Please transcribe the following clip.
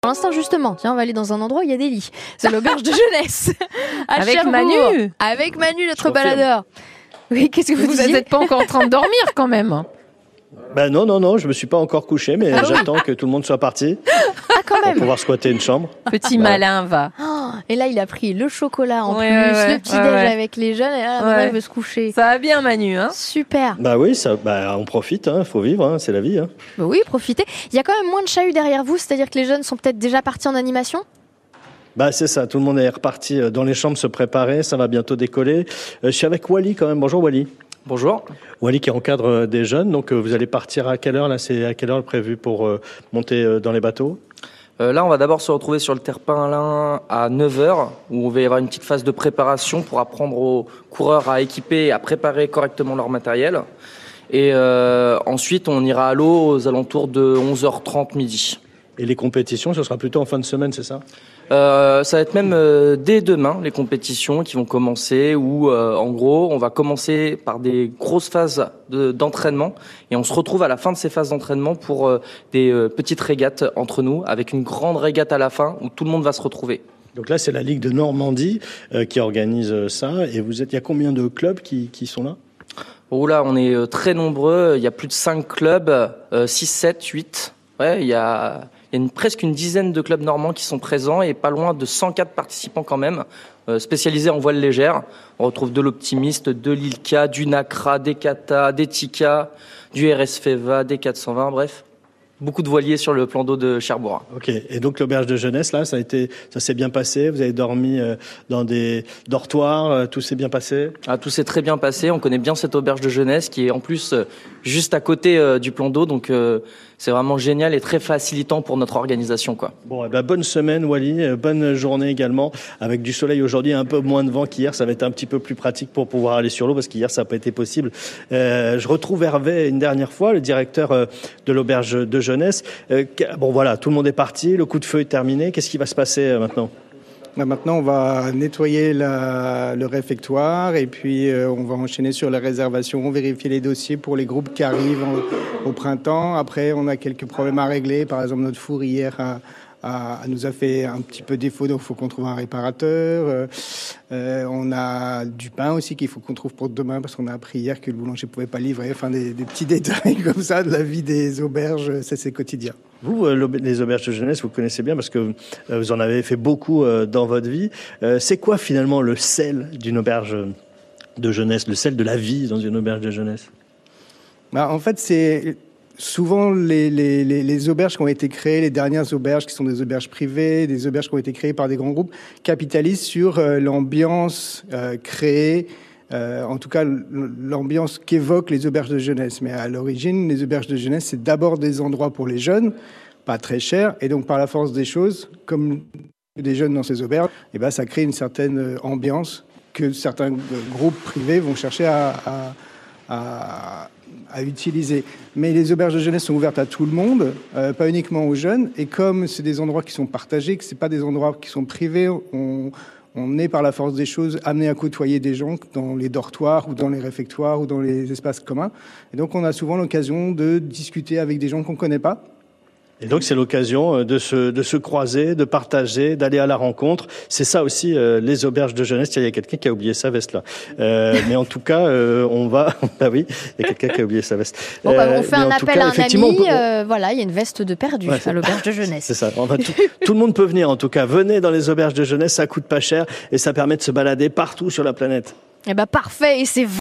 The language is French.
Pour l'instant, justement, tiens, on va aller dans un endroit où il y a des lits. C'est l'auberge de jeunesse. Avec Cherbourg. Manu. Avec Manu, notre baladeur. Oui, qu'est-ce que vous Vous disiez? n'êtes pas encore en train de dormir quand même. Ben non, je me suis pas encore couché, mais j'attends que tout le monde soit parti Ah, quand pour même. pouvoir squatter une chambre. Petit malin va. Oh, et là, il a pris le chocolat en Ouais, plus, ouais, le petit-déj ouais. avec les jeunes, et là, maintenant, Ouais. il veut se coucher. Ça va bien Manu, hein? Super. Bah oui, on profite, faut vivre, c'est la vie. Bah oui, profitez. Il y a quand même moins de chahuts derrière vous, c'est-à-dire que les jeunes sont peut-être déjà partis en animation? Bah c'est ça, tout le monde est reparti dans les chambres se préparer, ça va bientôt décoller. Je suis avec Wally quand même. Bonjour Wally. Bonjour. Wally qui encadre des jeunes, donc vous allez partir à quelle heure là? C'est à quelle heure prévu pour monter dans les bateaux? Là, on va d'abord se retrouver sur le terre-plein à 9h, où on va y avoir une petite phase de préparation pour apprendre aux coureurs à équiper et à préparer correctement leur matériel. Et ensuite, on ira à l'eau aux alentours de 11h30 midi. Et les compétitions, ce sera plutôt en fin de semaine, c'est ça? Ça va être même dès demain, les compétitions qui vont commencer, où en gros, on va commencer par des grosses phases d'entraînement, et on se retrouve à la fin de ces phases d'entraînement pour des petites régates entre nous, avec une grande régate à la fin, où tout le monde va se retrouver. Donc là, c'est la Ligue de Normandie qui organise ça. Et il y a combien de clubs qui sont là? Oh là, on est très nombreux, il y a plus de 5 clubs, 6, 7, 8. Ouais, il y a presque une dizaine de clubs normands qui sont présents et pas loin de 104 participants quand même, spécialisés en voile légère. On retrouve de l'Optimiste, de l'Ilka, du Nacra, des Kata, des Tika, du RS Feva, des 420, bref. Beaucoup de voiliers sur le plan d'eau de Cherbourg. Ok. Et donc l'auberge de jeunesse, là, ça s'est bien passé? Vous avez dormi dans des dortoirs? Tout s'est bien passé? Ah, tout s'est très bien passé. On connaît bien cette auberge de jeunesse qui est en plus juste à côté du plan d'eau. Donc c'est vraiment génial et très facilitant pour notre organisation, quoi. Bon, bonne semaine, Wally. Bonne journée également. Avec du soleil aujourd'hui, un peu moins de vent qu'hier. Ça va être un petit peu plus pratique pour pouvoir aller sur l'eau parce qu'hier, ça n'a pas été possible. Je retrouve Hervé une dernière fois, le directeur de l'auberge de jeunesse. Bon, voilà, tout le monde est parti. Le coup de feu est terminé. Qu'est-ce qui va se passer maintenant? Maintenant, on va nettoyer le réfectoire et puis on va enchaîner sur la réservation, vérifier les dossiers pour les groupes qui arrivent au printemps. Après, on a quelques problèmes à régler. Par exemple, notre four hier nous a fait un petit peu défaut, donc il faut qu'on trouve un réparateur. On a du pain aussi qu'il faut qu'on trouve pour demain parce qu'on a appris hier que le boulanger pouvait pas livrer. Enfin, des petits détails comme ça de la vie des auberges, ça c'est quotidien. Vous, les auberges de jeunesse, vous connaissez bien parce que vous en avez fait beaucoup dans votre vie. C'est quoi finalement le sel d'une auberge de jeunesse, le sel de la vie dans une auberge de jeunesse? En fait, c'est souvent les auberges qui ont été créées, les dernières auberges qui sont des auberges privées, des auberges qui ont été créées par des grands groupes, capitalisent sur l'ambiance créée, en tout cas l'ambiance qu'évoquent les auberges de jeunesse. Mais à l'origine, les auberges de jeunesse, c'est d'abord des endroits pour les jeunes, pas très chers, et donc par la force des choses, comme des jeunes dans ces auberges, et ça crée une certaine ambiance que certains groupes privés vont chercher à utiliser. Mais les auberges de jeunesse sont ouvertes à tout le monde, pas uniquement aux jeunes. Et comme c'est des endroits qui sont partagés, que c'est pas des endroits qui sont privés, on est par la force des choses amené à côtoyer des gens dans les dortoirs ou dans les réfectoires ou dans les espaces communs. Et donc on a souvent l'occasion de discuter avec des gens qu'on connaît pas. Et donc c'est l'occasion de se croiser, de partager, d'aller à la rencontre. C'est ça aussi les auberges de jeunesse. Il y a quelqu'un qui a oublié sa veste là. Mais en tout cas, on va. Ah oui, il y a quelqu'un qui a oublié sa veste. Bon, on fait un appel à un ami. Voilà, il y a une veste de perdu à l'auberge de jeunesse. C'est ça. Tout le monde peut venir. En tout cas, venez dans les auberges de jeunesse. Ça coûte pas cher et ça permet de se balader partout sur la planète. Parfait. Et c'est